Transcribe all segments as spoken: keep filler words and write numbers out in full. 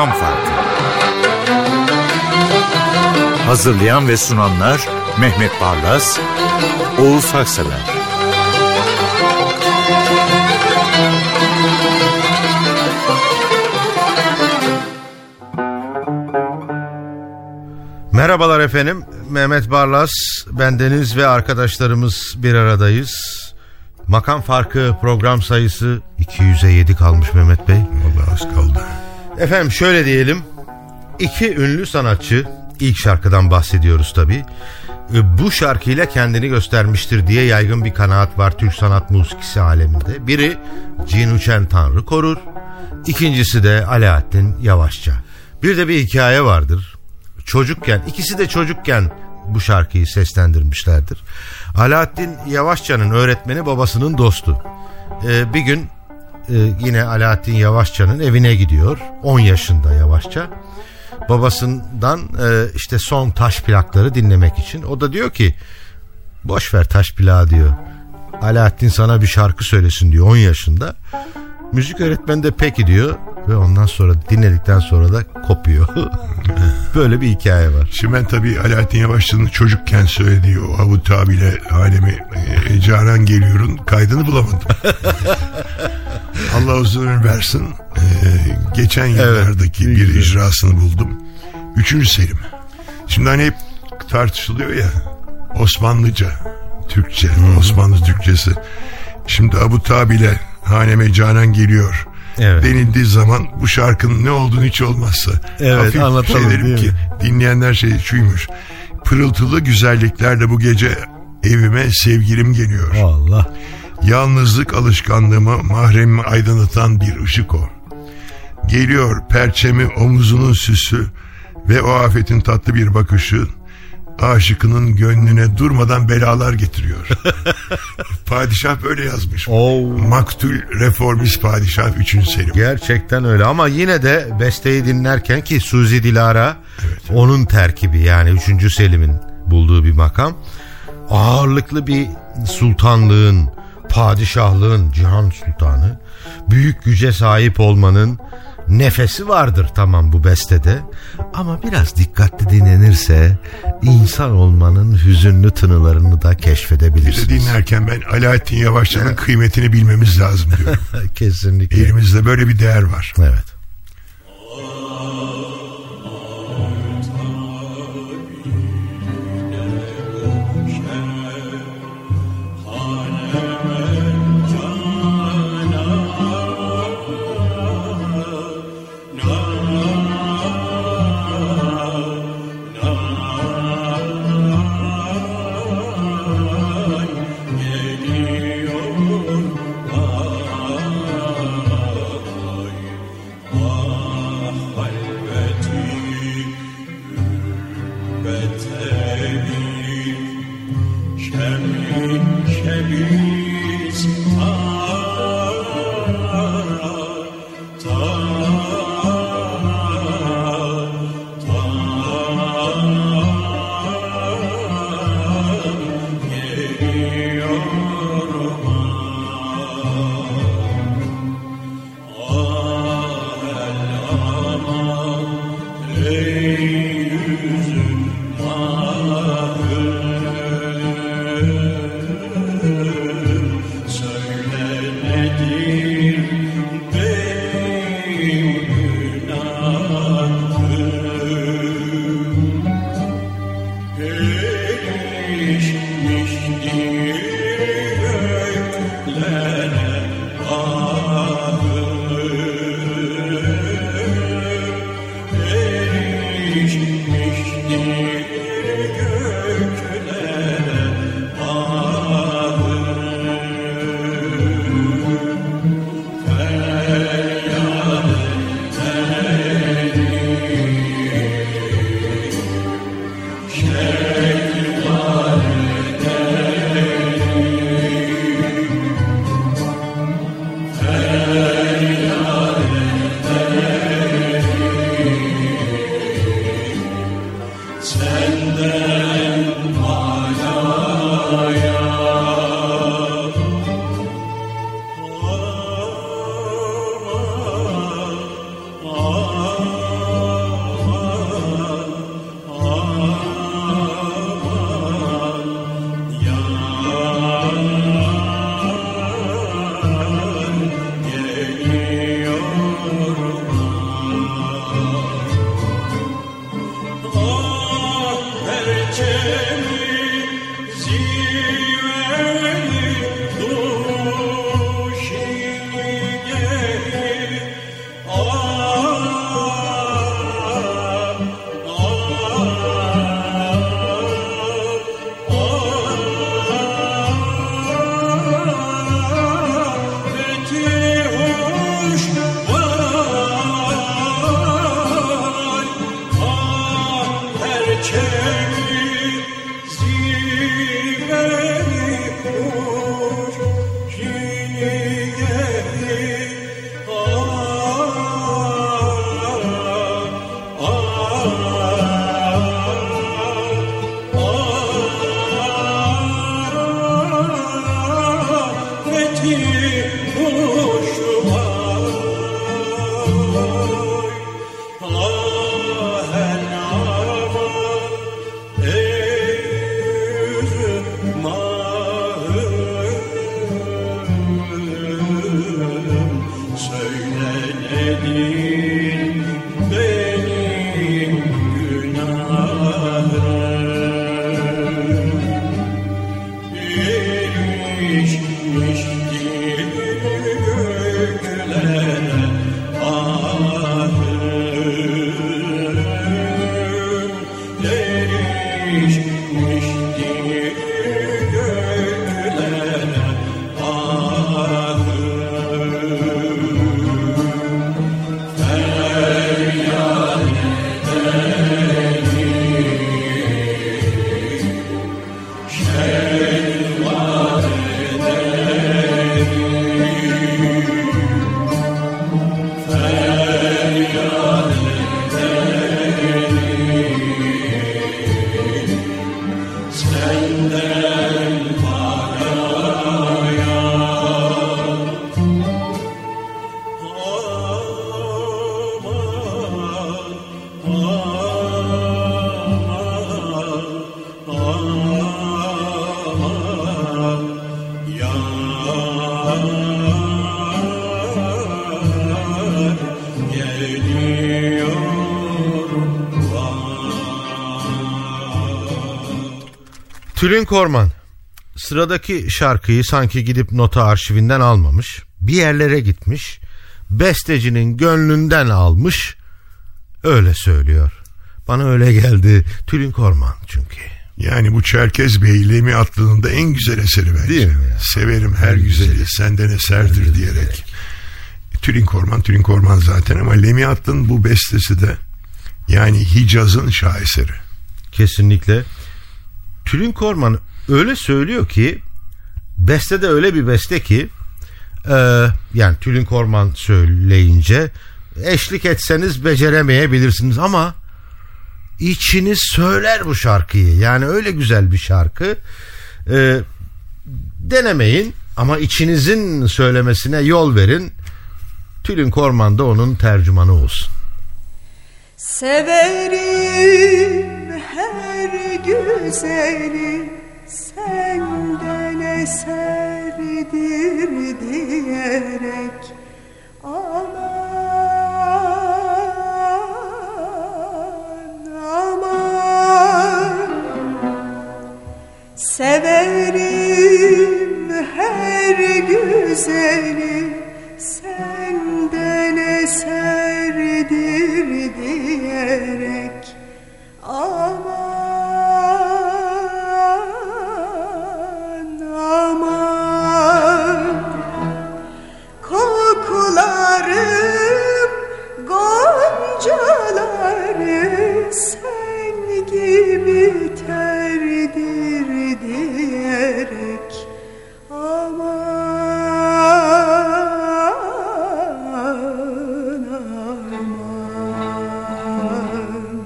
Makam Farkı. Hazırlayan ve sunanlar Mehmet Barlas, Oğuz Haksever. Merhabalar efendim, Mehmet Barlas, bendeniz ve arkadaşlarımız bir aradayız. Makam Farkı program sayısı iki yüze yedi kalmış Mehmet Bey. Vallahi az kaldı. Efendim şöyle diyelim, iki ünlü sanatçı, ilk şarkıdan bahsediyoruz tabii, bu şarkıyla kendini göstermiştir diye yaygın bir kanaat var Türk sanat musikisi aleminde. Biri Cin Uçen Tanrı Korur, ikincisi de Alaaddin Yavaşça. Bir de bir hikaye vardır. Çocukken, ikisi de çocukken bu şarkıyı seslendirmişlerdir. Alaaddin Yavaşça'nın öğretmeni babasının dostu. Ee, bir gün e, yine Alaaddin Yavaşça'nın evine gidiyor. on yaşında Yavaşça. Babasından e, işte son taş plakları dinlemek için. O da diyor ki, boş ver taş plağı diyor. Alaaddin sana bir şarkı söylesin diyor, on yaşında. Müzik öğretmeni de peki diyor ve ondan sonra dinledikten sonra da kopuyor. Böyle bir hikaye var. Şimdi ben tabii Alaaddin Yavaşçı'nın çocukken söylediği o Avut abiyle Alemi e, Canan Geliyor'un kaydını bulamadım. Allah uzun ömür versin. E, geçen yıllardaki evet, bir güzel icrasını buldum. Üçüncü Selim. Şimdi hani hep tartışılıyor ya, Osmanlıca, Türkçe, hmm. Osmanlı Türkçesi. Şimdi Avut abiyle Haneme Canan Geliyor evet denildiği zaman bu şarkının ne olduğunu hiç olmazsa evet, hafif şey derim ki dinleyenler şey şuymuş: pırıltılı güzelliklerle bu gece evime sevgilim geliyor. Allah. Yalnızlık alışkanlığımı, mahremimi aydınlatan bir ışık o. Geliyor perçemi omuzunun süsü ve o afetin tatlı bir bakışı aşıkının gönlüne durmadan belalar getiriyor. Padişah böyle yazmış. Oo. Maktul reformist padişah üçüncü Selim. Gerçekten öyle ama yine de besteyi dinlerken ki Suzi Dilara evet, onun terkibi, yani üçüncü Selim'in bulduğu bir makam. Ağırlıklı bir sultanlığın, padişahlığın, cihan sultanı, büyük güce sahip olmanın nefesi vardır tamam bu bestede, ama biraz dikkatli dinlenirse insan olmanın hüzünlü tınılarını da keşfedebilirsiniz. Bir de dinlerken ben Alaaddin Yavaşçı'nın evet kıymetini bilmemiz lazım diyorum. Kesinlikle. Elimizde böyle bir değer var. Evet. Tülin Korman sıradaki şarkıyı sanki gidip nota arşivinden almamış, bir yerlere gitmiş, bestecinin gönlünden almış, öyle söylüyor. Bana öyle geldi. Tülin Korman çünkü. Yani bu Çerkez Bey Lemi Atlı'nın da en güzel eseri bence. Değil mi ya? Severim her güzeli senden eserdir diyerek. Tülin Korman, Tülin Korman zaten ama Lemi Atlı'nın bu bestesi de yani Hicaz'ın şaheseri. Kesinlikle. Tülin Korman öyle söylüyor ki, beste de öyle bir beste ki e, yani Tülin Korman söyleyince eşlik etseniz beceremeyebilirsiniz ama içiniz söyler bu şarkıyı. Yani öyle güzel bir şarkı. E, denemeyin ama içinizin söylemesine yol verin. Tülin Korman da onun tercümanı olsun. Severim her güzeli senden eserdir diyerek aman aman severim her güzeli senden eserdir diyerek aman aman kokularım goncaları sen gibi terdir diyerek aman aman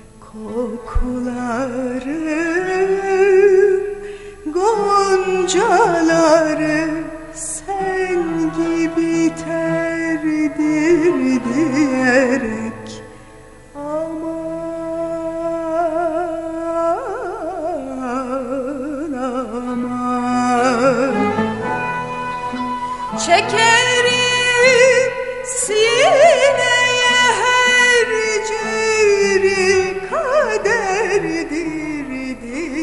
kokularım goncaları sen gibi terdir diyerek aman aman çekerim sineye her cevri kaderdir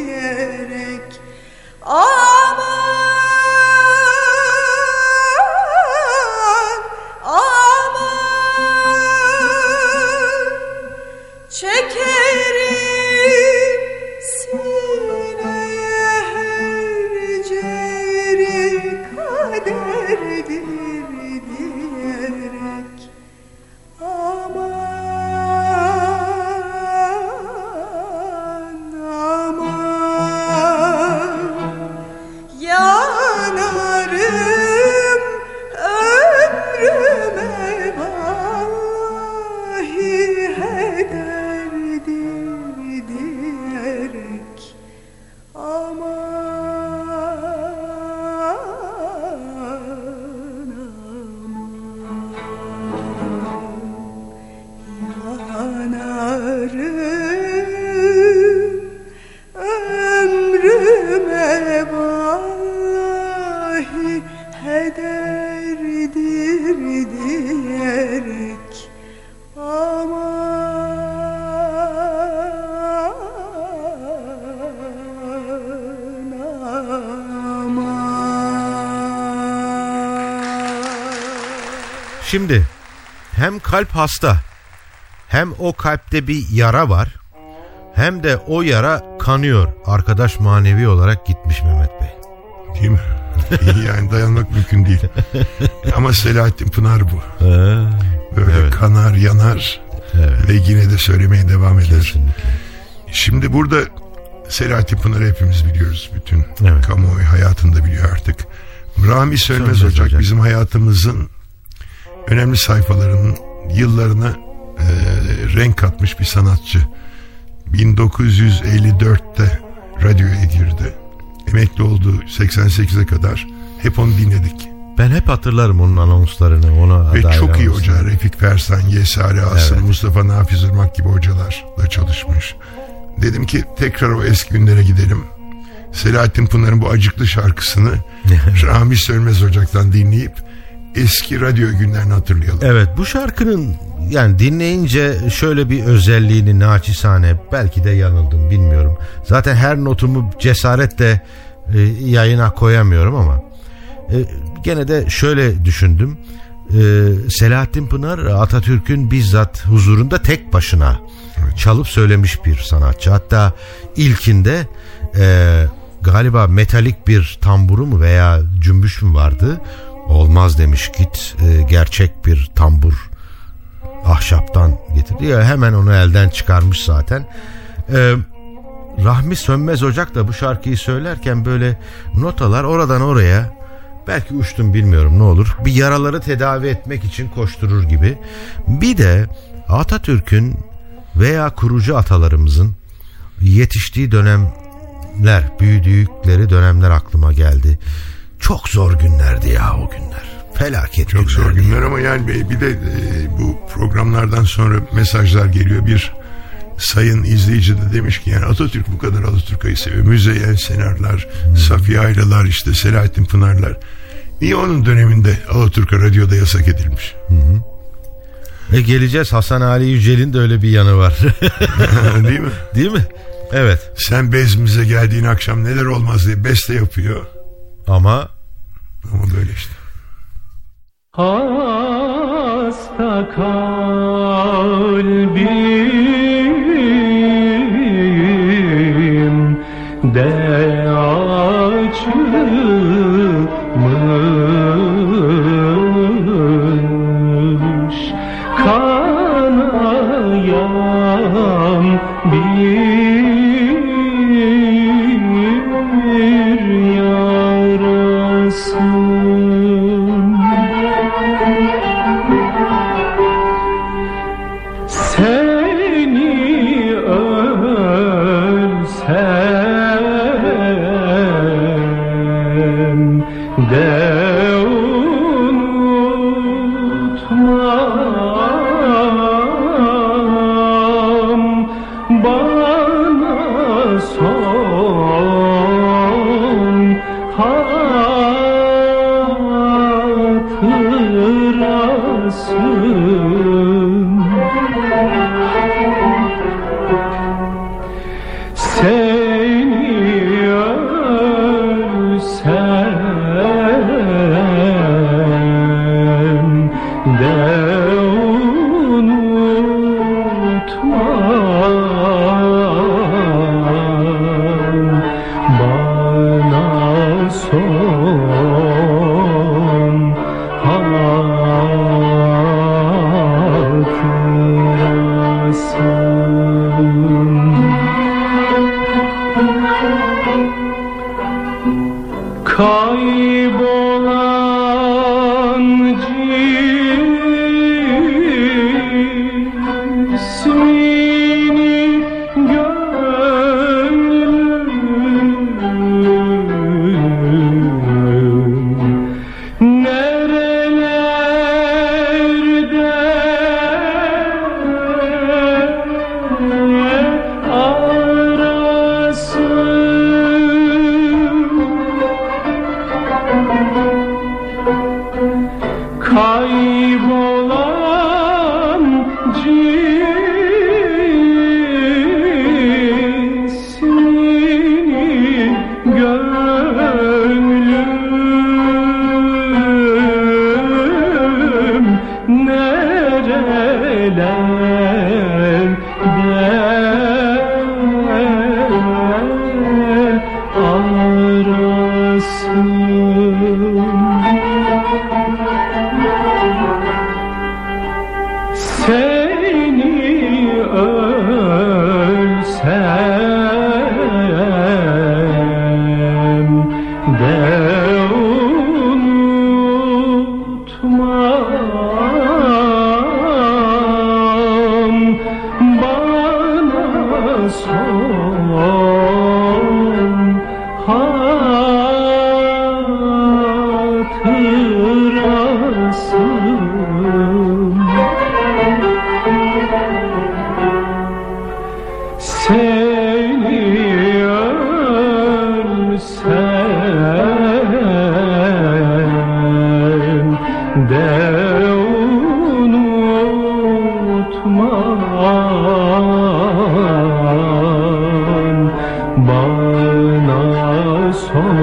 Ölme vallahi hederdir diyerek aman aman. Şimdi hem kalp hasta, hem o kalpte bir yara var, hem de o yara kanıyor. Arkadaş manevi olarak gitmiş Mehmet Bey. Değil mi? Yani dayanmak mümkün değil. Ama Selahattin Pınar bu. Böyle evet. Kanar, yanar evet. Ve yine de söylemeye devam eder. Kesinlikle. Şimdi burada Selahattin Pınar'ı hepimiz biliyoruz. Bütün evet. Kamuoyu hayatında biliyor artık. Rahmi Sönmez, Sönmez Ocak, Ocak bizim hayatımızın önemli sayfalarının yıllarına e, renk katmış bir sanatçı. bin dokuz yüz elli dörtte radyoya girdi. Emekli olduğu seksen sekize kadar hep onu dinledik. Ben hep hatırlarım onun anonslarını. Ona ve çok iyi hoca. Refik Fersan, Yesari Asım, evet. Mustafa Nafiz Irmak gibi hocalarla çalışmış. Dedim ki tekrar o eski günlere gidelim. Selahattin Pınar'ın bu acıklı şarkısını Rahmi Sönmez Ocak'tan dinleyip eski radyo günlerini hatırlayalım. Evet, bu şarkının yani dinleyince şöyle bir özelliğini naçizane, belki de yanıldım bilmiyorum. Zaten her notumu cesaretle e, yayına koyamıyorum ama e, gene de şöyle düşündüm. E, Selahattin Pınar Atatürk'ün bizzat huzurunda tek başına evet. çalıp söylemiş bir sanatçı. Hatta ilkinde e, galiba metalik bir tamburu mu veya cümbüş mü vardı? Olmaz demiş, git e, gerçek bir tambur ahşaptan getirdi ya, hemen onu elden çıkarmış zaten. E, Rahmi Sönmez Ocak da bu şarkıyı söylerken böyle notalar oradan oraya, belki uçtum bilmiyorum ne olur, bir yaraları tedavi etmek için koşturur gibi. Bir de Atatürk'ün veya kurucu atalarımızın yetiştiği dönemler, büyüdükleri dönemler aklıma geldi. Çok zor günlerdi ya o günler. Felaket Çok günlerdi. zor günler ama yani bir de e, bu programlardan sonra mesajlar geliyor. Bir sayın izleyici de demiş ki yani Atatürk bu kadar Alaturka'yı seviyor. Müzeyyen Senarlar, hmm. Safiye Aylalar, işte Selahattin Pınarlar. Niye onun döneminde Alaturka radyoda yasak edilmiş? Hı hı. Ve geleceğiz, Hasan Ali Yücel'in de öyle bir yanı var. Değil mi? Değil mi? Evet. Sen bezimize geldiğin akşam neler olmaz diye beste yapıyor. Ama ama böyle işte. Hasta kalbim de açılmış, kanayan bir Seni ölsem de unutmam, bana son hatırasın. Seni ölsem de unutmam, bana son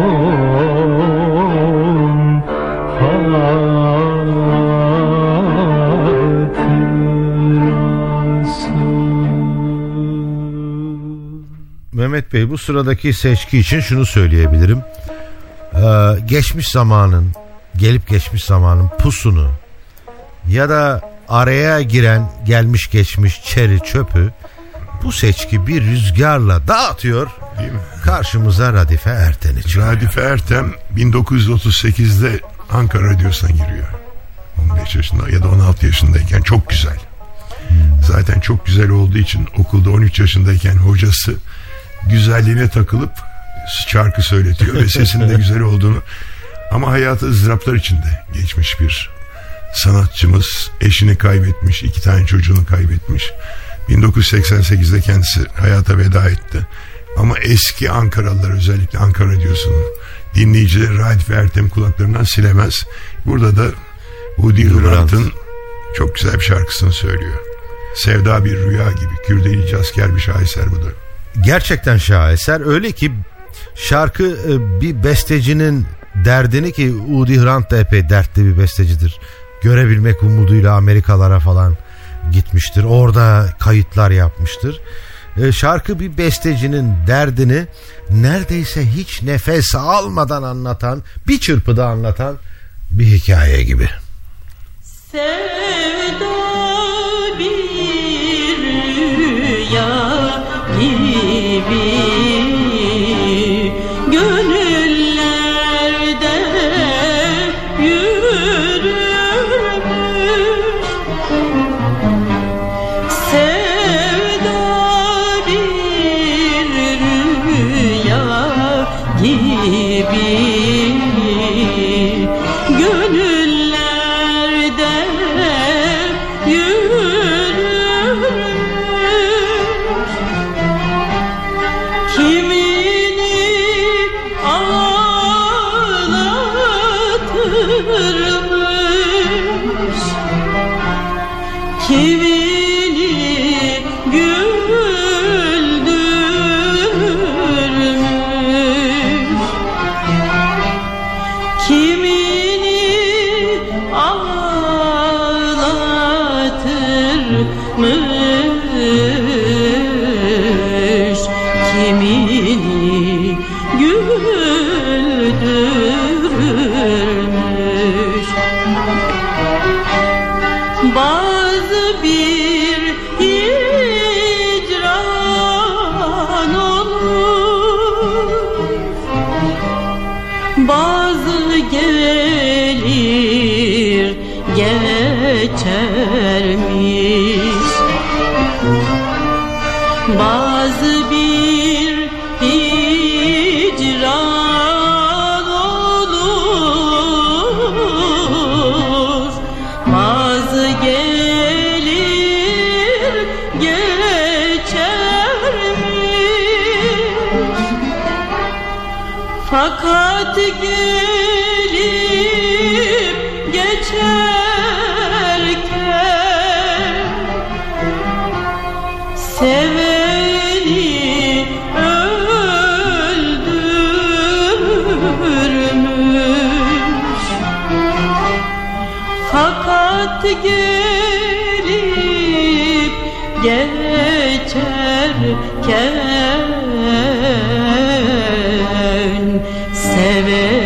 hatırasın. Mehmet Bey, bu sıradaki seçki için şunu söyleyebilirim. Ee, geçmiş zamanın, gelip geçmiş zamanın pusunu ya da araya giren gelmiş geçmiş çeri çöpü bu seçki bir rüzgarla dağıtıyor. Değil mi? Karşımıza Radife Erten'i çıkarıyor. Radife Ertem bin dokuz yüz otuz sekizde Ankara Radyosu'na giriyor. on beş yaşında ya da on altı yaşındayken, çok güzel. Zaten çok güzel olduğu için okulda on üç yaşındayken hocası güzelliğine takılıp şarkı söyletiyor ve sesinin de güzel olduğunu, ama hayatı ızdıraplar içinde geçmiş bir sanatçımız. Eşini kaybetmiş, iki tane çocuğunu kaybetmiş. bin dokuz yüz seksen sekizde kendisi hayata veda etti. Ama eski Ankaralılar, özellikle Ankara Radyosu'nun dinleyicileri Radife Ertem kulaklarından silemez. Burada da Woody Hrant'ın çok güzel bir şarkısını söylüyor. Sevda bir rüya gibi, Kürdeli cazker bir şaheser bu da. Gerçekten şaheser. Öyle ki şarkı bir bestecinin derdini, ki Woody Hrant da epey dertli bir bestecidir, görebilmek umuduyla Amerikalara falan gitmiştir. Orada kayıtlar yapmıştır. Şarkı bir bestecinin derdini neredeyse hiç nefes almadan anlatan, bir çırpıda anlatan bir hikaye gibi. Sevda bir rüya gibi gönüllerde yürürmüş. Sevda bir rüya gibi gönüllerde yürürmüş. Kimini ağlatırmış, kimini güldürmüş, kimini ağlatırmış, kimini güldürmüş. Bazı bir hicran olur, bazı gelir geçermiş. Bazı bir hicran olur, bazı gelir geçermiş. Fakat gelip geçerken seveni öldürmüş. Fakat gelip geçerken seven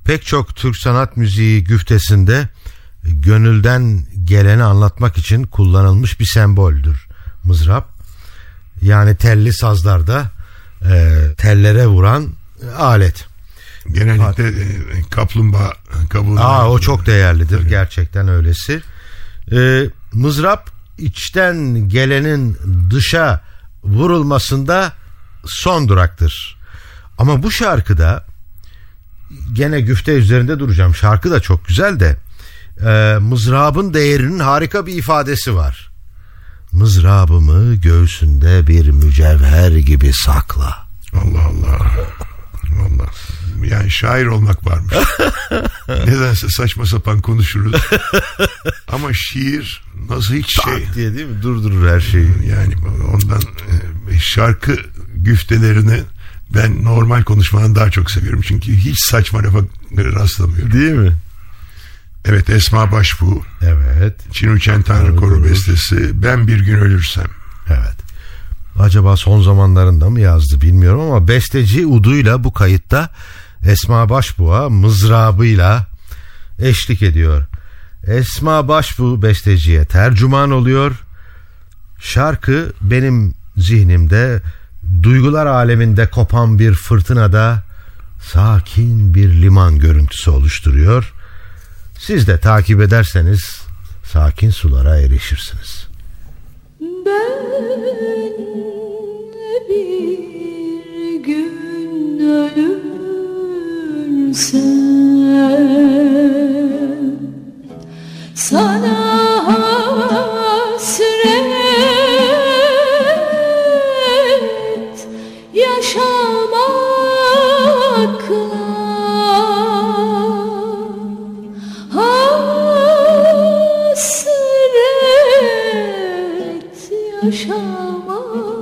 pek çok Türk sanat müziği güftesinde gönülden geleni anlatmak için kullanılmış bir semboldür mızrap. Yani telli sazlarda e, tellere vuran alet. Genellikle e, kaplumbağa kabuğu. Aa, o çok değerlidir. Tabii. Gerçekten öylesi. E, mızrap içten gelenin dışa vurulmasında son duraktır. Ama bu şarkıda gene güfte üzerinde duracağım. Şarkı da çok güzel de e, mızrabın değerinin harika bir ifadesi var. Mızrabımı göğsünde bir mücevher gibi sakla. Allah Allah. Allah. Yani şair olmak varmış. Nedense saçma sapan konuşuruz. Ama şiir nasıl hiç tak şey diye değil mi? Durdurur her şeyi. Yani ondan şarkı güftelerini ben normal konuşmadan daha çok seviyorum. Çünkü hiç saçma lafa rastlamıyorum. Değil mi? Evet, Esma Başbuğ. Evet. Çinuçen Tanrı Koru bestesi. Ben bir gün ölürsem. Evet. Acaba son zamanlarında mı yazdı bilmiyorum ama besteci uduyla bu kayıtta Esma Başbuğ'a mızrabıyla eşlik ediyor. Esma Başbuğ besteciye tercüman oluyor. Şarkı benim zihnimde duygular aleminde kopan bir fırtınada sakin bir liman görüntüsü oluşturuyor. Siz de takip ederseniz sakin sulara erişirsiniz. Ben bir gün ölürsem sana hasret yaşamakla hasret yaşamakla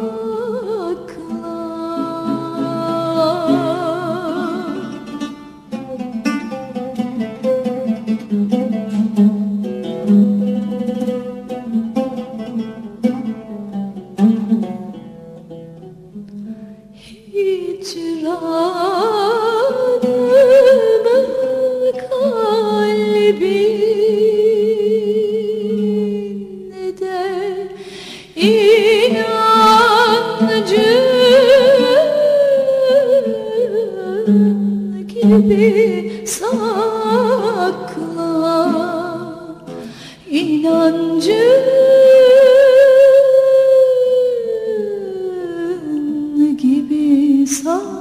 hicranımı kalbinde inancın gibi sakla, inancın gibi sakla.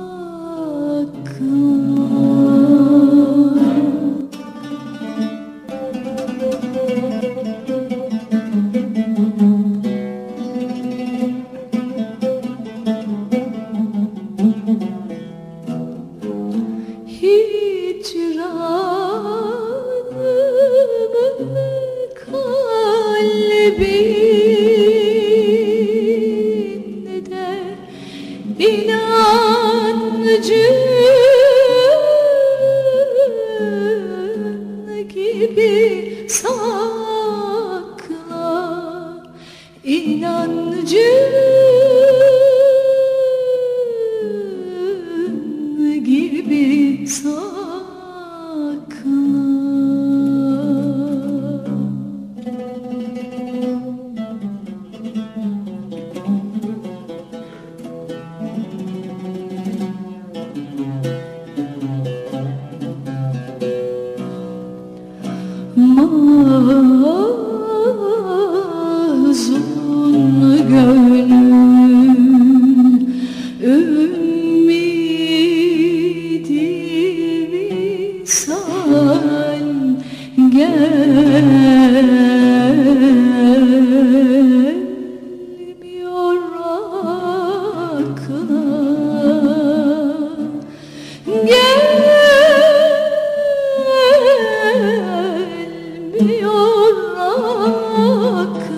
Hicranımı kalbinde inancın gibi sakla, inancın gibi sakla. Mahzun gönlüm ümidi misal gelmiyor akla, gelmiyor akla.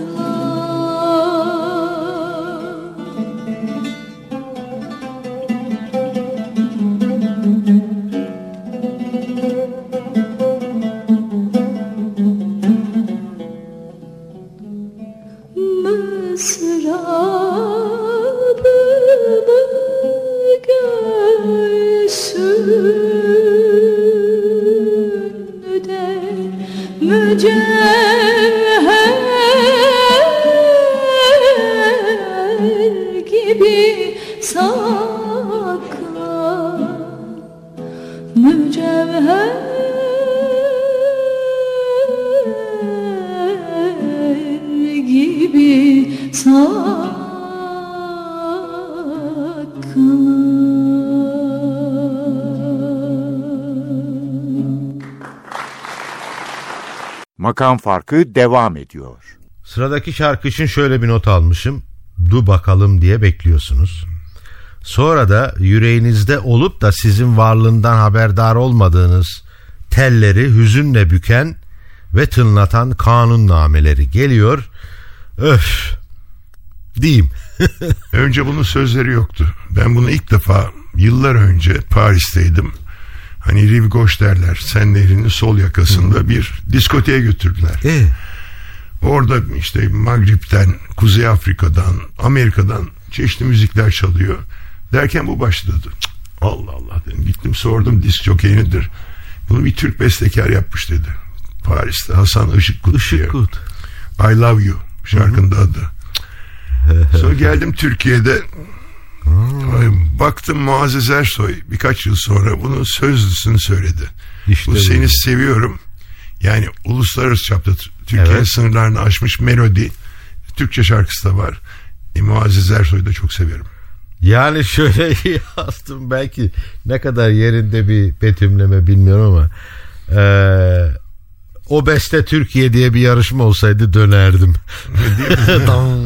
gibi sakla, mücevher gibi sakla. Makam farkı devam ediyor. Sıradaki şarkı için şöyle bir not almışım. Du bakalım diye bekliyorsunuz. Sonra da yüreğinizde olup da sizin varlığından haberdar olmadığınız telleri hüzünle büken ve tınlatan kanunnameleri geliyor. Öf diyeyim. Önce bunun sözleri yoktu. Ben bunu ilk defa yıllar önce Paris'teydim. Hani Rive Gauche derler. Sen Nehri'nin sol yakasında hmm. bir diskoteye götürdüler. E? Orada işte Maghrib'den, Kuzey Afrika'dan, Amerika'dan çeşitli müzikler çalıyor. Derken bu başladı. Cık, Allah Allah dedim. Gittim sordum disk jockey nedir? Bunu bir Türk bestekar yapmış dedi. Paris'te Hasan Işıkkut. Işıkkut. I Love You şarkının adı. Sonra geldim Türkiye'de. Baktım Muazzez Ersoy birkaç yıl sonra bunun sözlüsünü söyledi. İşte bu seni seviyorum. Yani uluslararası çapta Türkiye'nin evet. sınırlarını aşmış melodi. Türkçe şarkısı da var. E, Muazzez Ersoy'u da çok seviyorum. Yani şöyle yazdım, belki ne kadar yerinde bir betimleme bilmiyorum ama ee, o beste Türkiye diye bir yarışma olsaydı dönerdim. Tamam.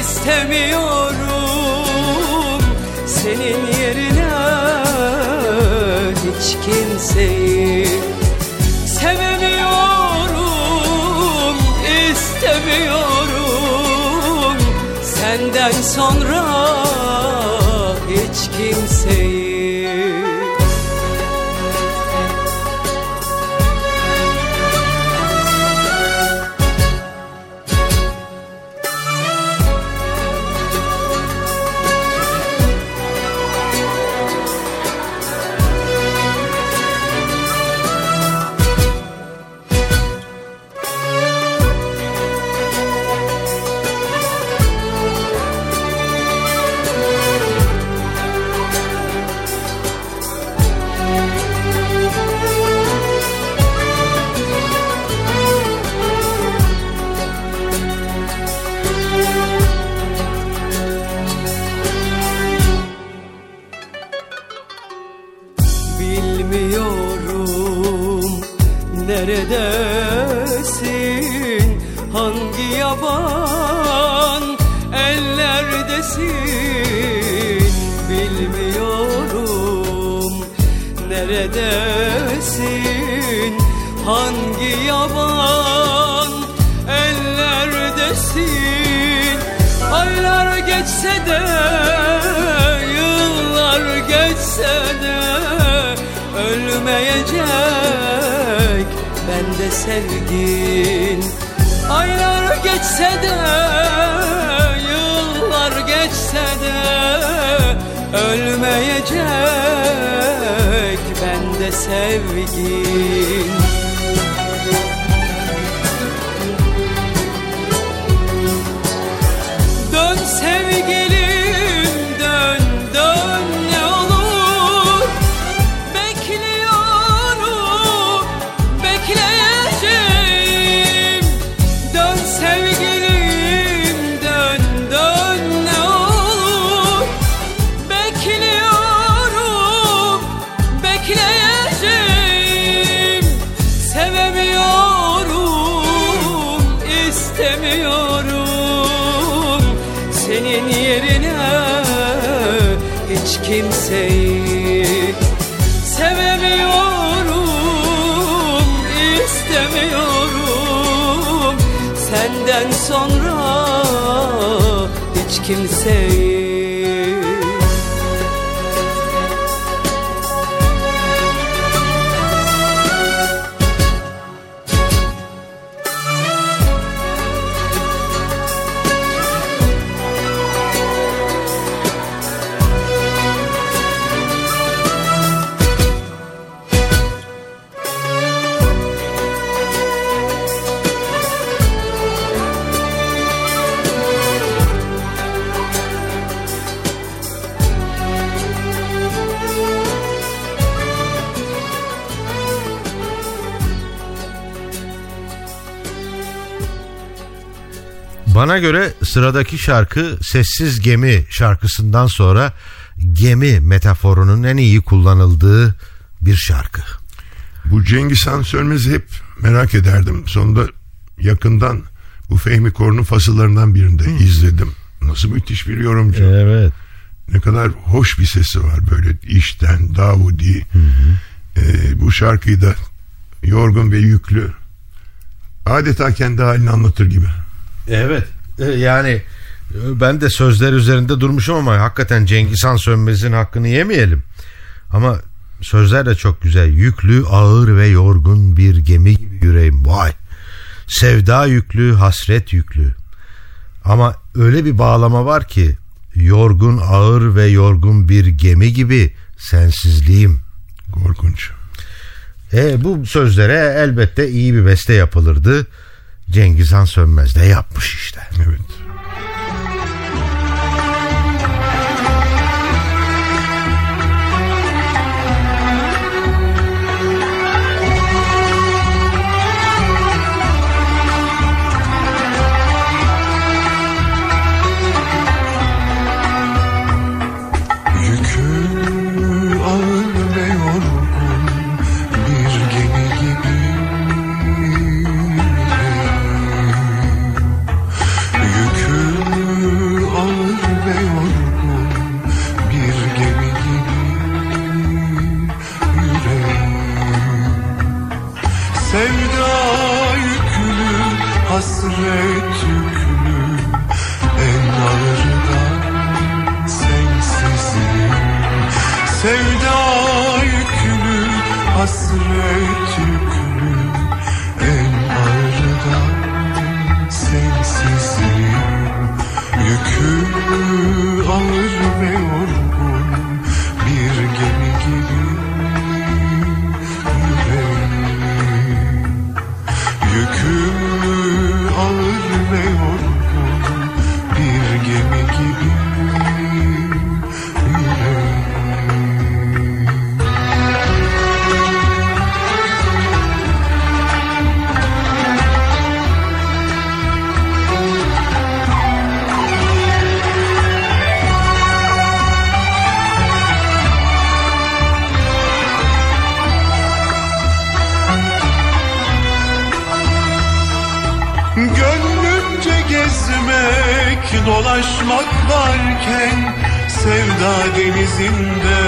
istemiyorum senin yerine hiç kimseyi. Sevemiyorum, istemiyorum senden sonra hiç kimseyi. Bilmiyorum neredesin, hangi yaban ellerdesin. Bilmiyorum neredesin, hangi yaban ellerdesin. Aylar geçse de, yıllar geçse de ölmeyecek bende sevgin. Aylar geçse de, yıllar geçse de ölmeyecek bende sevgin. Dön sevgilim dön, dön ne olur. Bekliyorum, bekleyeceğim. Dön sevgilim dön, dön ne olur. Bekliyorum, bekleyeceğim. Sevemiyorum, istemiyorum senin yerine hiç kimseyi. Sevemiyorum, istemiyorum senden sonra hiç kimseyi. Bana göre sıradaki şarkı Sessiz Gemi şarkısından sonra gemi metaforunun en iyi kullanıldığı bir şarkı. Bu Cengiz Han Sönmez'i hep merak ederdim. Sonunda yakından bu Fehmi Korun'un fasıllarından birinde Hı. izledim. Nasıl müthiş bir yorumcu. Evet. Ne kadar hoş bir sesi var böyle içten, Davudi. Hı hı. Ee, bu şarkıyı da yorgun ve yüklü adeta kendi halini anlatır gibi. Evet. Yani ben de sözler üzerinde durmuşum ama hakikaten Cengiz Han Sönmez'in hakkını yemeyelim. Ama sözler de çok güzel. Yüklü, ağır ve yorgun bir gemi gibi yüreğim. Vay. Sevda yüklü, hasret yüklü. Ama öyle bir bağlama var ki yorgun, ağır ve yorgun bir gemi gibi sensizliğim. Korkunç. E, bu sözlere elbette iyi bir beste yapılırdı. Cengiz Han Sönmez de yapmış işte. Evet. hasret yüklü en ağrıdan sensizliğim. Yükü ağır ve yorgun bir gemi gibi yüreğim. Yükü ağır ve yorgun bir gemi gibi yüreğim. Gönlümce gezmek, dolaşmak varken sevda denizinde.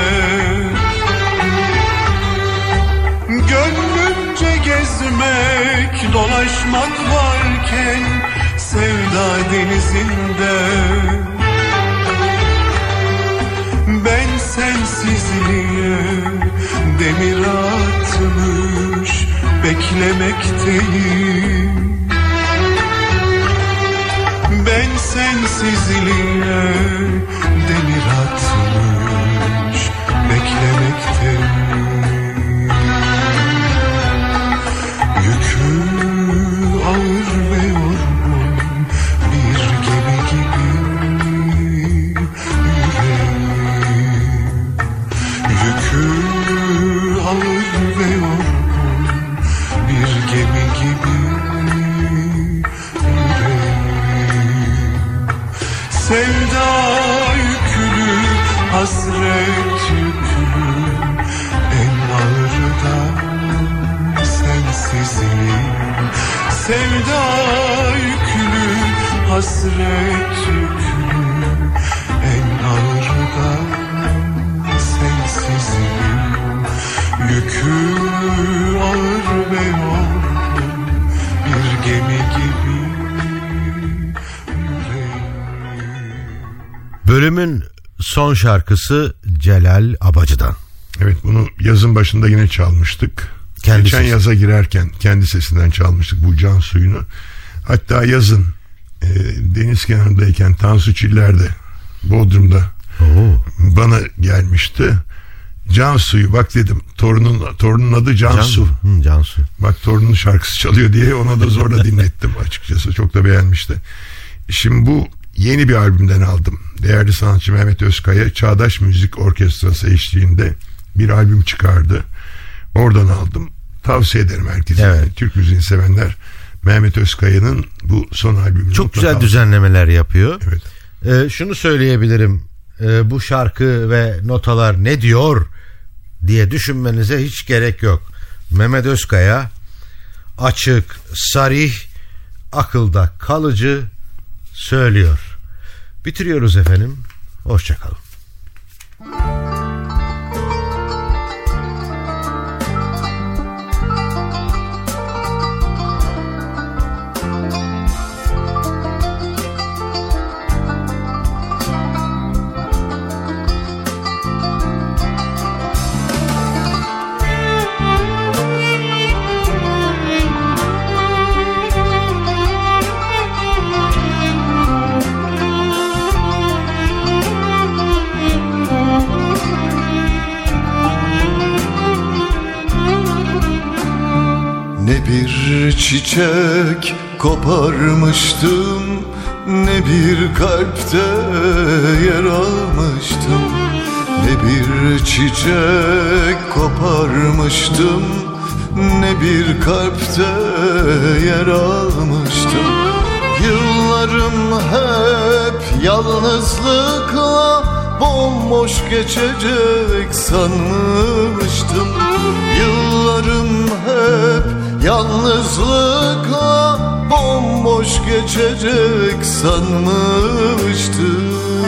Gönlümce gezmek, dolaşmak varken sevda denizinde. Ben sensizliğe demir atmış beklemekteyim. Ben sensizliğe demir atmış beklemekteyim. Yükü ağır ve yorgun bir gemi gibi yüreğim. Yükü ağır ve yorgun bir gemi gibi sevda yüklü, hasret yüklü en ağırda sensizliğim. Sevda yüklü, hasret yüklü en ağırda sensizliğim. Yükü ağır ve yorgun bir gemi gibi. Bölümün son şarkısı Celal Abacı'dan. Evet, bunu yazın başında yine çalmıştık. Kendi Geçen sesi. yaza girerken kendi sesinden çalmıştık bu can suyunu. Hatta yazın e, deniz kenarındayken Tansu Çiller'de Bodrum'da Oo. bana gelmişti. Can suyu, bak dedim, torunun torunun adı Cansu. Can, hı, Cansu. Bak torunun şarkısı çalıyor diye ona da zorla dinlettim açıkçası. Çok da beğenmişti. Şimdi bu yeni bir albümden aldım. Değerli sanatçı Mehmet Özkaya Çağdaş Müzik Orkestrası eşliğinde bir albüm çıkardı. Oradan aldım. Tavsiye ederim herkese. Evet. Yani Türk müziğini sevenler Mehmet Özkaya'nın bu son albümünü çok mutlaka güzel düzenlemeler yapıyor. Evet. Ee, şunu söyleyebilirim. Ee, bu şarkı ve notalar ne diyor diye düşünmenize hiç gerek yok. Mehmet Özkaya açık, sarih, akılda kalıcı söylüyor. Bitiriyoruz efendim. Hoşça kalın. Ne bir çiçek koparmıştım, ne bir kalpte yer almıştım. Ne bir çiçek koparmıştım, ne bir kalpte yer almıştım. Yıllarım hep yalnızlıkla bomboş geçecek sanmıştım. Yıllarım hep yalnızlıkla bomboş geçecek sanmıştım.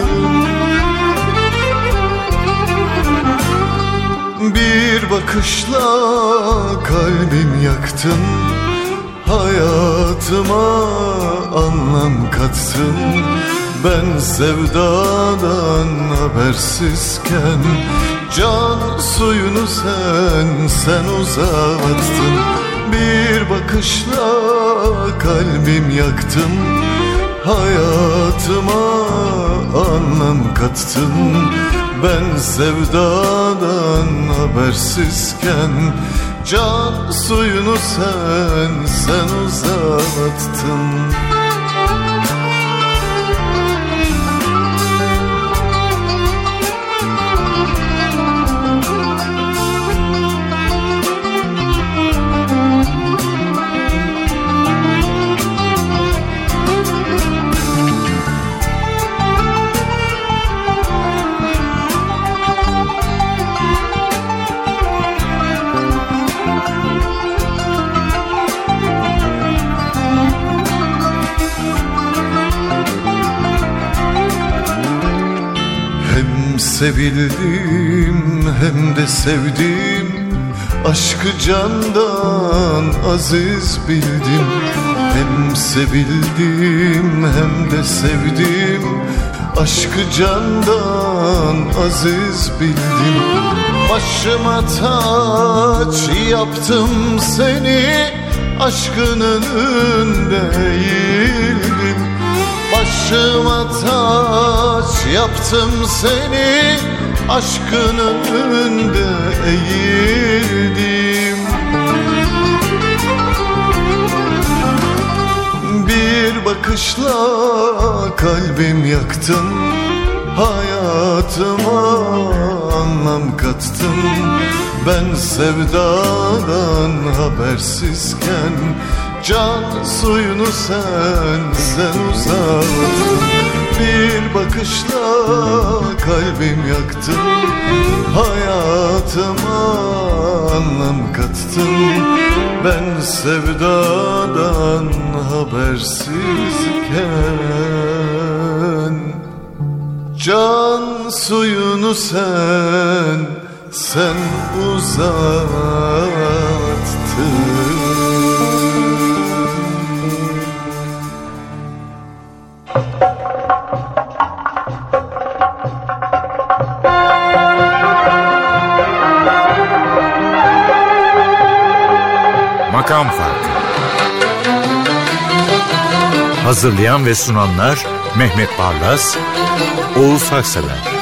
Bir bakışla kalbim yaktın, hayatıma anlam kattın. Ben sevdadan habersizken can suyunu sen, sen uzattın. Bir bakışla kalbim yaktın, hayatıma anlam kattın. Ben sevdadan habersizken can suyunu sen, sen uzattın. Sevildim hem de sevdim, aşkı candan aziz bildim. Hem sevildim hem de sevdim, aşkı candan aziz bildim. Başıma taç yaptım seni, aşkın önünde eğildim. Başıma taç yaptım seni, aşkın önünde eğildim. Bir bakışla kalbim yaktın, hayatıma anlam kattın. Ben sevdadan habersizken can suyunu sen, sen uzattın. Bir bakışla kalbim yaktın, hayatıma anlam kattın. Ben sevdadan habersizken can suyunu sen, sen uzattın. Makam Farkı. Hazırlayan ve sunanlar Mehmet Barlas, Oğuz Haksever.